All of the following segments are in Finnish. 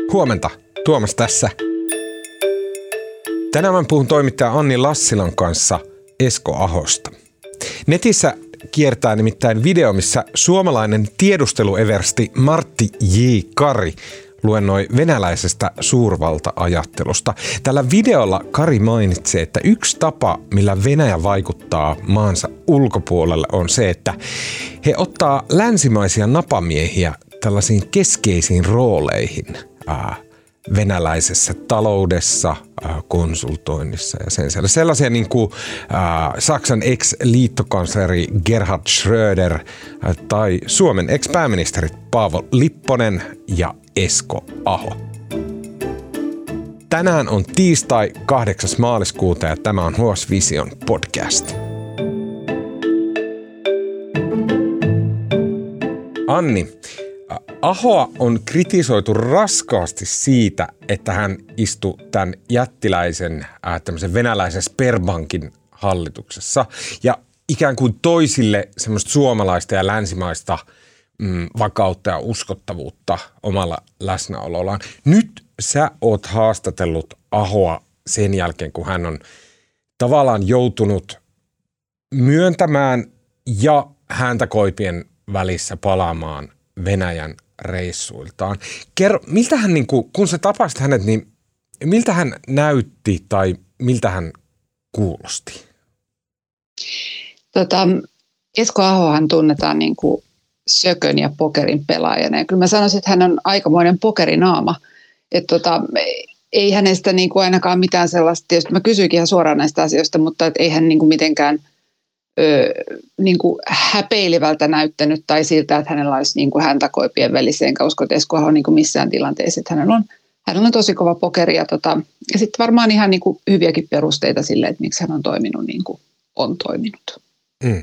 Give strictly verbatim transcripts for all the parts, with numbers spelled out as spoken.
Huomenta, Tuomas tässä. Tänään mä puhun toimittaja Anni Lassilan kanssa Esko Ahosta. Netissä kiertää nimittäin video, missä suomalainen tiedustelueversti Martti J. Kari luennoi venäläisestä suurvalta-ajattelusta. Tällä videolla Kari mainitsee, että yksi tapa, millä Venäjä vaikuttaa maansa ulkopuolelle, on se, että he ottaa länsimaisia napamiehiä tällaisiin keskeisiin rooleihin ää, venäläisessä taloudessa, ää, konsultoinnissa ja sen sellaisia. Sellaisia niin kuin ää, Saksan ex-liittokansleri Gerhard Schröder ää, tai Suomen ex-pääministerit Paavo Lipponen ja Esko Aho. Tänään on tiistai kahdeksas maaliskuuta ja tämä on H S Vision podcast. Anni, Ahoa on kritisoitu raskaasti siitä, että hän istui tämän jättiläisen äh, tämmöisen venäläisen Sberbankin hallituksessa ja ikään kuin toisille semmoista suomalaista ja länsimaista mm, vakautta ja uskottavuutta omalla läsnäolollaan. Nyt sä oot haastatellut Ahoa sen jälkeen, kun hän on tavallaan joutunut myöntämään ja häntä koipien välissä palaamaan Venäjän reissuiltaan. Kerro, miltä hän, niin kuin, kun sä tapasit hänet, niin miltä hän näytti tai miltä hän kuulosti? Tota, Esko Ahohan tunnetaan niin kuin sökön ja pokerin pelaajana. Ja kyllä mä sanoisin, että hän on aikamoinen pokerinaama. Että tota, ei hänestä niin kuin ainakaan mitään sellaista, tietysti mä kysyinkin ihan suoraan näistä asioista, mutta et ei hän niin kuin mitenkään Ö, niin kuin häpeilevältä näyttänyt tai siltä, että hänellä olisi niin kuin häntä koipien välissä. Enkä usko, että Esko Aho on niin kuin missään tilanteessa. Että hänellä on, hänellä on tosi kova pokeri ja, tota, ja sitten varmaan ihan niin kuin hyviäkin perusteita sille, että miksi hän on toiminut niin kuin on toiminut. Mm.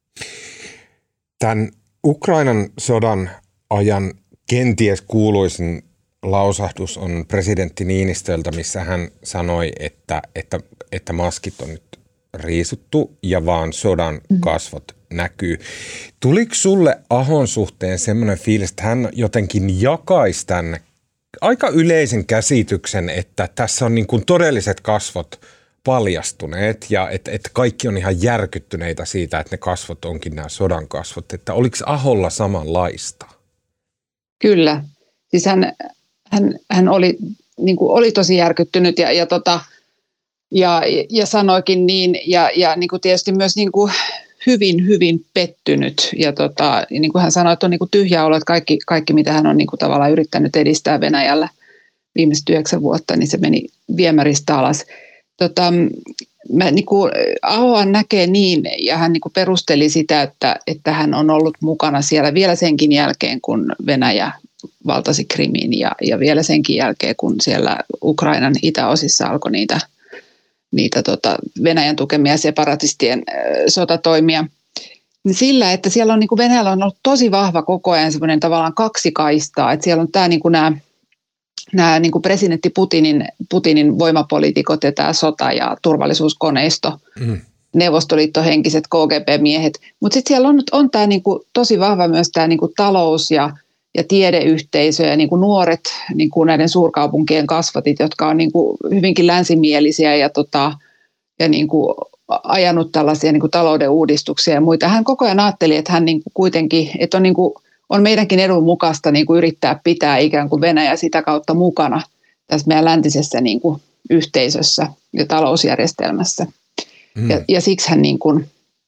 Tämän Ukrainan sodan ajan kenties kuuluisin lausahdus on presidentti Niinistöltä, missä hän sanoi, että, että, että maskit on nyt riisuttu ja vaan sodan kasvot näkyy. Tuliko sulle Ahon suhteen semmoinen fiilis, että hän jotenkin jakaisi tämän aika yleisen käsityksen, että tässä on niin kuin todelliset kasvot paljastuneet ja että, että kaikki on ihan järkyttyneitä siitä, että ne kasvot onkin nämä sodan kasvot. Että oliko Aholla samanlaista? Kyllä. Siis hän, hän, hän oli, niin kuin oli tosi järkyttynyt ja, ja tota Ja, ja sanoikin niin, ja, ja niin kuin tietysti myös niin kuin hyvin, hyvin pettynyt. Ja, tota, ja niin kuin hän sanoi, että on niin kuin tyhjä olo, että kaikki, kaikki mitä hän on niin kuin tavallaan yrittänyt edistää Venäjällä viimeiset yhdeksän vuotta, niin se meni viemäristä alas. Tota, mä, niin kuin, Ahohan näkee niin, ja hän niin kuin perusteli sitä, että, että hän on ollut mukana siellä vielä senkin jälkeen, kun Venäjä valtasi Krimin, ja, ja vielä senkin jälkeen, kun siellä Ukrainan itäosissa alkoi niitä niitä tota, Venäjän tukemia separatistien äh, sotatoimia, niin sillä, että siellä on niin kuin Venäjällä on ollut tosi vahva koko ajan semmoinen tavallaan kaksi kaistaa, että siellä on tämä niin kuin nämä, nämä niin kuin presidentti Putinin, Putinin voimapoliitikot ja tämä sota- ja turvallisuuskoneisto, mm. neuvostoliittohenkiset K G B-miehet, mutta sitten siellä on, on tämä niin kuin tosi vahva myös tämä niin kuin talous- ja ja tiedeyhteisö ja niin kuin nuoret niin kuin näiden suurkaupunkien kasvatit, jotka on niin kuin hyvinkin länsimielisiä ja, tota, ja niin kuin ajanut tällaisia niin kuin talouden uudistuksia ja muita. Hän koko ajan ajatteli, että hän niin kuin kuitenkin, että on, niin kuin, on meidänkin edun mukaista niin kuin yrittää pitää ikään kuin Venäjä sitä kautta mukana tässä meidän läntisessä niin kuin yhteisössä ja talousjärjestelmässä. Mm. Ja, ja siksi hän niin kuin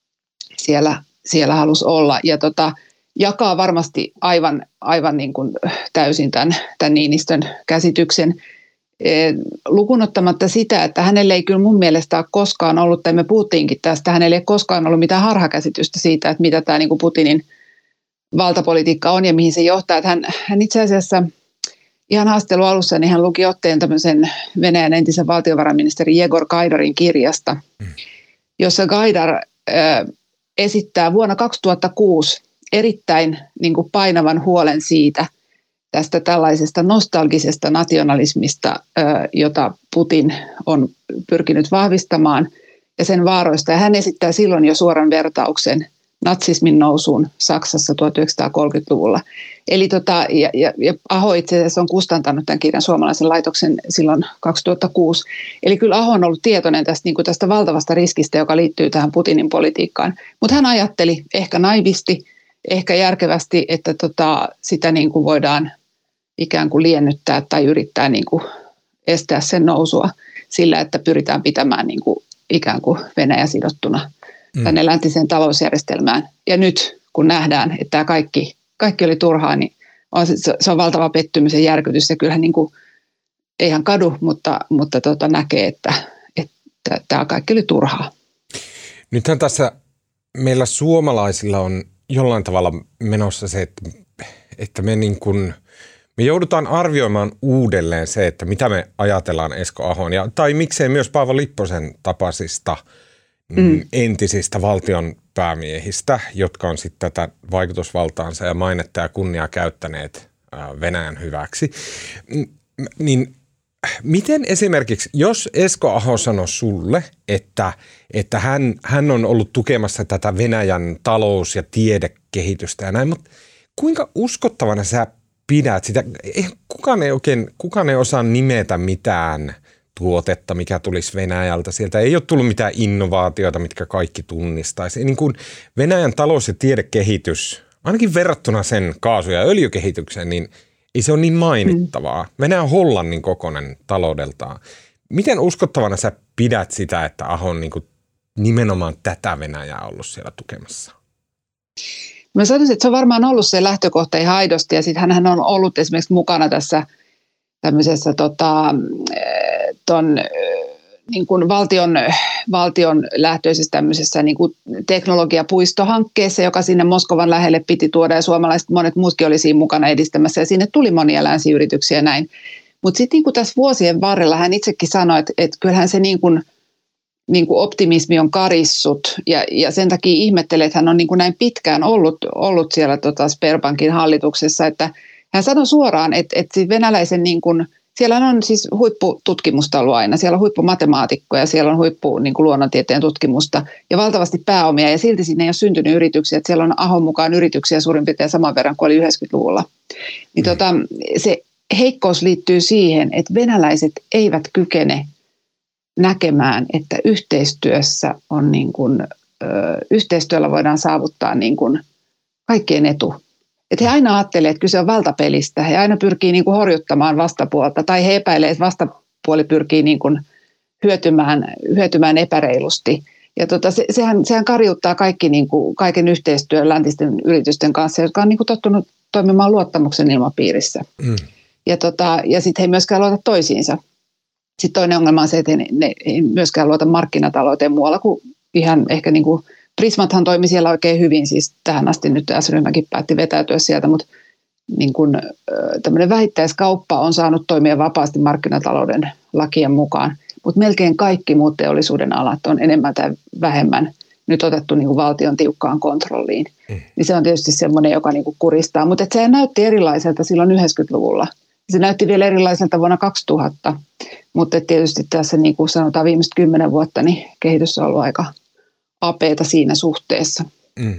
siellä, siellä halusi olla. Ja tota, jakaa varmasti aivan, aivan niin kuin täysin tämän, tämän Niinistön käsityksen, e, lukunottamatta sitä, että hänelle ei kyllä mun mielestä ole koskaan ollut, tai me puhuttiinkin tästä, hänelle ei koskaan ollut mitään harhakäsitystä siitä, että mitä tämä niin kuin Putinin valtapolitiikka on ja mihin se johtaa. Että hän, hän itse asiassa ihan haastattelun alussa niin hän luki otteen tämmöisen Venäjän entisen valtiovarainministeri Jegor Gaidarin kirjasta, mm. jossa Gaidar äh, esittää vuonna kaksituhattakuusi erittäin niin kuin painavan huolen siitä, tästä tällaisesta nostalgisesta nationalismista, jota Putin on pyrkinyt vahvistamaan ja sen vaaroista. Ja hän esittää silloin jo suoran vertauksen natsismin nousuun Saksassa tuhatyhdeksänsataakolmekymmentäluvulla. Eli tota, ja, ja, ja Aho itse asiassa on kustantanut tämän kirjan suomalaisen laitoksen silloin kaksituhattakuusi. Eli kyllä Aho on ollut tietoinen tästä, niin kuin tästä valtavasta riskistä, joka liittyy tähän Putinin politiikkaan. Mutta hän ajatteli ehkä naivisti, ehkä järkevästi, että tota, sitä niin kuin voidaan ikään kuin liennyttää tai yrittää niin kuin estää sen nousua sillä, että pyritään pitämään niin kuin ikään kuin Venäjä sidottuna mm. tänne läntiseen talousjärjestelmään. Ja nyt kun nähdään, että tämä kaikki, kaikki oli turhaa, niin on, se on valtava pettymys ja järkytys. Ja kyllähän niin kuin, eihän kadu, mutta, mutta tota, näkee, että, että tämä kaikki oli turhaa. Nythän tässä meillä suomalaisilla on jollain tavalla menossa se, että, että me niin kuin me joudutaan arvioimaan uudelleen se, että mitä me ajatellaan Esko Ahon, ja, tai miksei myös Paavo Lipposen tapaisista mm. entisistä valtion päämiehistä, jotka on sitten tätä vaikutusvaltaansa ja mainetta ja kunniaa käyttäneet Venäjän hyväksi. Niin miten esimerkiksi, jos Esko Aho sanoi sulle, että, että hän, hän on ollut tukemassa tätä Venäjän talous- ja tiedekehitystä ja näin, mutta kuinka uskottavana sä pidät sitä? Kukaan ei oikein, kukaan ei osaa nimetä mitään tuotetta, mikä tulisi Venäjältä. Sieltä ei ole tullut mitään innovaatioita, mitkä kaikki tunnistaisi. Niin kuin Venäjän talous- ja tiedekehitys, ainakin verrattuna sen kaasu- ja öljykehitykseen, niin ei se ole niin mainittavaa. Mm. Venäjä on Hollannin kokoinen taloudeltaan. Miten uskottavana sä pidät sitä, että Aho on niin kuin nimenomaan tätä Venäjää ollut siellä tukemassa? Mä sanoisin, että se on varmaan ollut se lähtökohta ihan aidosti, ja sitten hän on ollut esimerkiksi mukana tässä tämmöisessä tota, ton, niin kuin valtion, valtion lähtöisessä tämmöisessä niin kuin teknologiapuistohankkeessa, joka sinne Moskovan lähelle piti tuoda, ja suomalaiset monet muutkin oli siinä mukana edistämässä, ja sinne tuli monia länsiyrityksiä ja näin. Mutta sitten niin tässä vuosien varrella hän itsekin sanoi, että, että kyllähän se niin kuin niin kuin optimismi on karissut, ja, ja sen takia ihmettelee, että hän on niin kuin näin pitkään ollut, ollut siellä tota Sberbankin hallituksessa, että hän sanoi suoraan, että, että venäläisen, niin kuin, siellä on siis huippututkimusta ollut aina, siellä on huippumatemaatikkoja, siellä on huippu niin kuin luonnontieteen tutkimusta ja valtavasti pääomia, ja silti sinne ei ole syntynyt yrityksiä, että siellä on Ahon mukaan yrityksiä suurin piirtein saman verran kuin oli yhdeksänkymmentäluvulla. Niin mm. tota, se heikkous liittyy siihen, että venäläiset eivät kykene näkemään, että yhteistyössä on niin kuin, ö, yhteistyöllä voidaan saavuttaa niin kuin kaikkien etu. Että he aina ajattelee, että kyse on valtapelistä. He aina pyrkii niin kuin horjuttamaan vastapuolta, tai he epäilee, että vastapuoli pyrkii niin kuin hyötymään, hyötymään epäreilusti. Ja tota, se, sehän, sehän karjuttaa kaikki, niin kuin, kaiken yhteistyön läntisten yritysten kanssa, jotka on niin kuin tottunut toimimaan luottamuksen ilmapiirissä. Mm. Ja, tota, ja sitten he ei myöskään luota toisiinsa. Sitten toinen ongelma on se, että ne ei myöskään luota markkinatalouteen muualla kuin ihan ehkä niin kuin Prismathan toimi siellä oikein hyvin, siis tähän asti nyt S-ryhmäkin päätti vetäytyä sieltä, mutta niin kuin tämmöinen vähittäiskauppa on saanut toimia vapaasti markkinatalouden lakien mukaan, mutta melkein kaikki muut teollisuuden alat on enemmän tai vähemmän nyt otettu niin kuin valtion tiukkaan kontrolliin. Mm. Niin se on tietysti semmoinen, joka niin kuin kuristaa, mutta se näytti erilaiselta silloin yhdeksänkymmentäluvulla. Se näytti vielä erilaiselta vuonna kaksituhatta, mutta tietysti tässä niin kuin sanotaan viimeiset kymmenen vuotta, niin kehitys on ollut aika apeeta siinä suhteessa. Mm.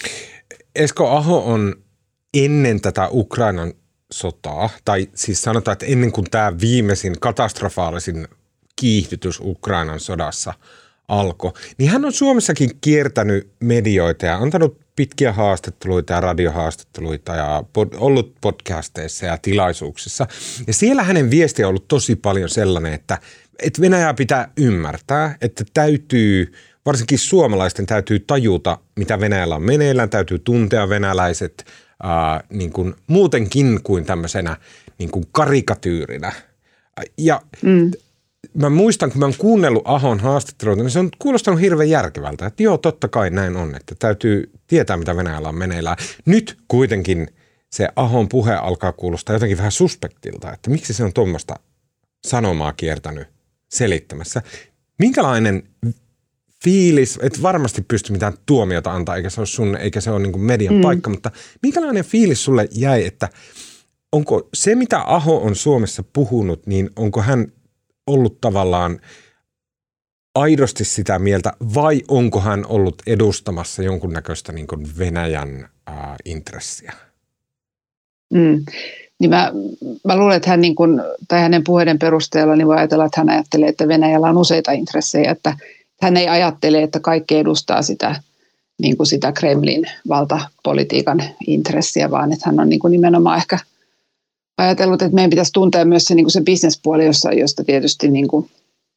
Esko Aho on ennen tätä Ukrainan sotaa, tai siis sanotaan, että ennen kuin tämä viimeisin katastrofaalisin kiihdytys Ukrainan sodassa alkoi, niin hän on Suomessakin kiertänyt medioita ja antanut pitkiä haastatteluita ja radiohaastatteluita ja pod, ollut podcasteissa ja tilaisuuksissa. Ja siellä hänen viesti on ollut tosi paljon sellainen, että, että Venäjää pitää ymmärtää, että täytyy, varsinkin suomalaisten täytyy tajuta, mitä Venäjällä on meneillään, täytyy tuntea venäläiset ää, niin kuin muutenkin kuin tämmöisenä niin kuin karikatyyrinä. Ja mm. mä muistan, kun mä oon kuunnellut Ahon haastatteluita, niin se on kuulostanut hirveän järkevältä, että joo, totta kai näin on, että täytyy tietää, mitä Venäjällä on meneillään. Nyt kuitenkin se Ahon puhe alkaa kuulostaa jotenkin vähän suspektilta, että miksi se on tuommoista sanomaa kiertänyt selittämässä. Minkälainen fiilis, et varmasti pysty mitään tuomiota antaa, eikä se ole sun, eikä se ole niin kuin median mm. paikka, mutta minkälainen fiilis sulle jäi, että onko se, mitä Aho on Suomessa puhunut, niin onko hän ollut tavallaan aidosti sitä mieltä vai onko hän ollut edustamassa jonkunnäköistä niin kuin Venäjän ää, intressiä? Mm. Niin mä, mä luulen, että hän niin kuin, tai hänen puheiden perusteella niin voi ajatella, että hän ajattelee, että Venäjällä on useita intressejä, että hän ei ajattele, että kaikki edustaa sitä, niin kuin sitä Kremlin valtapolitiikan intressiä, vaan että hän on niin kuin nimenomaan ehkä ajatellut, että meidän pitäisi tuntea myös se, niin kuin se bisnespuoli, jossa, josta tietysti niin kuin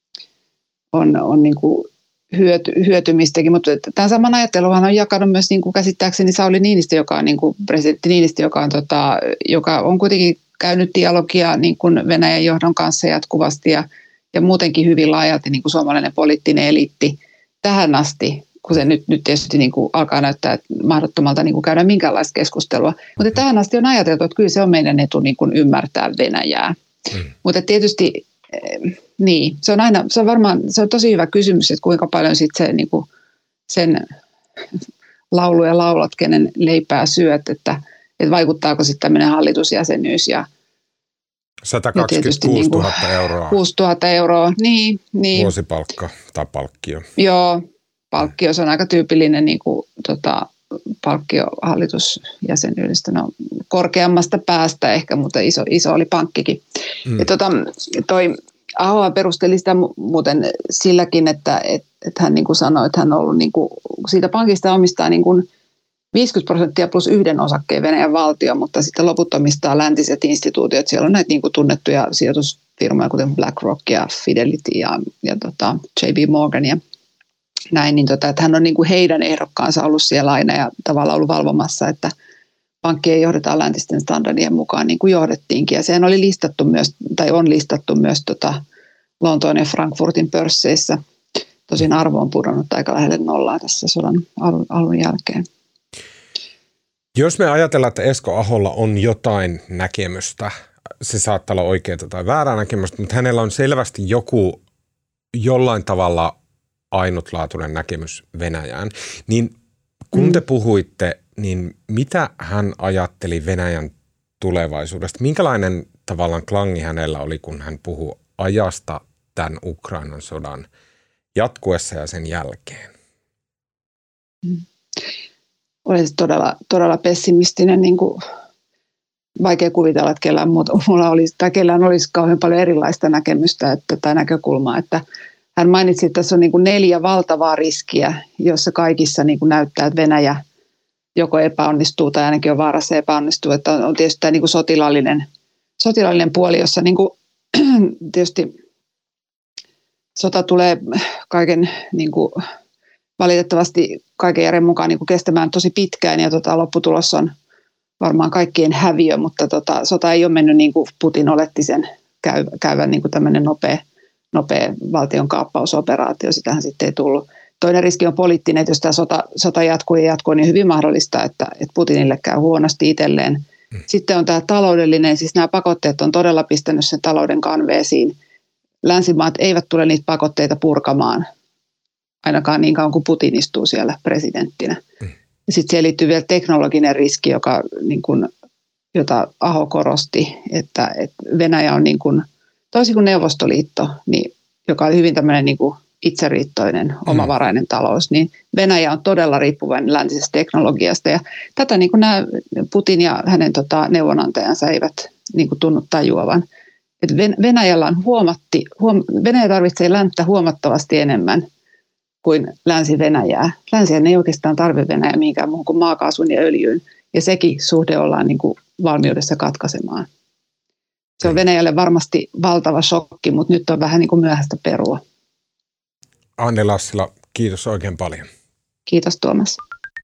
on, on niin kuin hyöty, hyötymistäkin, mutta tämän saman ajatteluhan on jakanut myös niin kuin käsittääkseni Sauli Niinistö, joka on niin kuin presidentti Niinistö, joka on, tota, joka on kuitenkin käynyt dialogia niin kuin Venäjän johdon kanssa jatkuvasti ja, ja muutenkin hyvin laajalti niin kuin suomalainen poliittinen eliitti tähän asti, kun se nyt, nyt tietysti niin kuin alkaa näyttää mahdottomalta niin kuin käydä minkäänlaista keskustelua. Mutta tähän asti on ajateltu, että kyllä se on meidän etu niin kuin ymmärtää Venäjää. Mm. Mutta tietysti niin, se on aina, se on varmaan, se on tosi hyvä kysymys, että kuinka paljon sitten se niin kuin sen laulu ja laulat, kenen leipää syöt, että, että vaikuttaako sitten tämmöinen hallitusjäsenyys ja sata kaksikymmentäkuusituhatta niin euroa. kuusituhatta euroa, niin, niin. Vuosipalkka tai palkkio. Joo, palkkio, se on aika tyypillinen niin kuin, tota, palkkio hallitusjäsenyydestä, no korkeammasta päästä ehkä, mutta iso, iso oli pankkikin. Mm. Ja tota, toi Ahoa perusteli sitä muuten silläkin, että et, et hän niin kuin sanoi, että hän on ollut niin kuin, siitä pankista omistaa niin kuin viisikymmentä prosenttia plus yhden osakkeen Venäjän valtio, mutta sitten loput omistaa läntiset instituutiot. Siellä on näitä niin kuin tunnettuja sijoitusfirmoja, kuten BlackRock ja Fidelity ja, ja tota J P Morgan ja näin, niin tota, että hän on niin kuin heidän ehdokkaansa ollut siellä aina ja tavallaan ollut valvomassa, että pankkia johdetaan läntisten standardien mukaan niin kuin johdettiinkin. Ja sehän oli listattu myös, tai on listattu myös tota Lontoon ja Frankfurtin pörsseissä. Tosin arvo on pudonnut aika lähelle nollaa tässä sodan alun, alun jälkeen. Jos me ajatellaan, että Esko Aholla on jotain näkemystä, se saattaa olla oikeaa tai väärää näkemystä, mutta hänellä on selvästi joku jollain tavalla ainutlaatuinen näkemys Venäjään, niin kun te puhuitte, niin mitä hän ajatteli Venäjän tulevaisuudesta? Minkälainen tavallaan klangi hänellä oli, kun hän puhui ajasta tämän Ukrainan sodan jatkuessa ja sen jälkeen? Olisi todella, todella pessimistinen, niin kuin vaikea kuvitella, että kellään, muuta, mulla olisi, tai kellään olisi kauhean paljon erilaista näkemystä että, tai näkökulmaa, että hän mainitsi, että tässä on niin kuin neljä valtavaa riskiä, joissa kaikissa niin kuin näyttää, että Venäjä joko epäonnistuu tai ainakin on vaarassa epäonnistuu. Että on tietysti tämä niin kuin sotilaallinen, sotilaallinen puoli, jossa niin kuin, tietysti sota tulee kaiken niin kuin, valitettavasti kaiken järjen mukaan niin kuin kestämään tosi pitkään ja tota, lopputulos on varmaan kaikkien häviö, mutta tota, sota ei ole mennyt niin kuin Putin oletti sen käy, käyvän niin kuin tämmöinen nopea nopea valtion kaappausoperaatio, sitähän sitten ei tullut. Toinen riski on poliittinen, että jos tämä sota, sota jatkuu ja jatkuu, niin hyvin mahdollista, että, että Putinille käy huonosti itselleen. Mm. Sitten on tämä taloudellinen, siis nämä pakotteet on todella pistänyt sen talouden kanveesiin. Länsimaat eivät tule niitä pakotteita purkamaan, ainakaan niin kauan kuin Putin istuu siellä presidenttinä. Mm. Ja sitten siihen liittyy vielä teknologinen riski, joka, niin kuin, jota Aho korosti, että, että Venäjä on niin kuin toisin kuin Neuvostoliitto, niin, joka oli hyvin tämmöinen niin kuin itseriittoinen, omavarainen talous, niin Venäjä on todella riippuvainen läntisestä teknologiasta. Ja tätä niin kuin nämä Putin ja hänen tota, neuvonantajansa eivät niin kuin tunnu tajuavan. Et Venäjällä on huomatti, huom, Venäjä tarvitsee länttä huomattavasti enemmän kuin Länsi-Venäjää. Länsiä ei oikeastaan tarvitse Venäjää mihinkään muuhun kuin maakaasun ja öljyyn. Ja sekin suhde ollaan niin kuin valmiudessa katkaisemaan. Se on Venäjälle varmasti valtava shokki, mutta nyt on vähän niin kuin myöhäistä perua. Anne Lassila, kiitos oikein paljon. Kiitos Tuomas.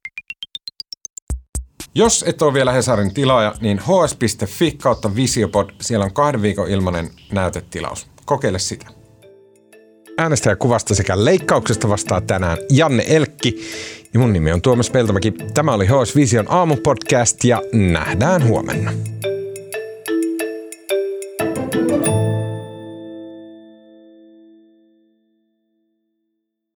Jos et ole vielä Hesarin tilaaja, niin h s piste f i kautta Visiopod, siellä on kahden viikon ilmainen näytetilaus. Kokeile sitä. Äänestäjäkuvasta sekä leikkauksesta vastaa tänään Janne Elkki ja mun nimi on Tuomas Peltomäki. Tämä oli H S Vision aamupodcast ja nähdään huomenna.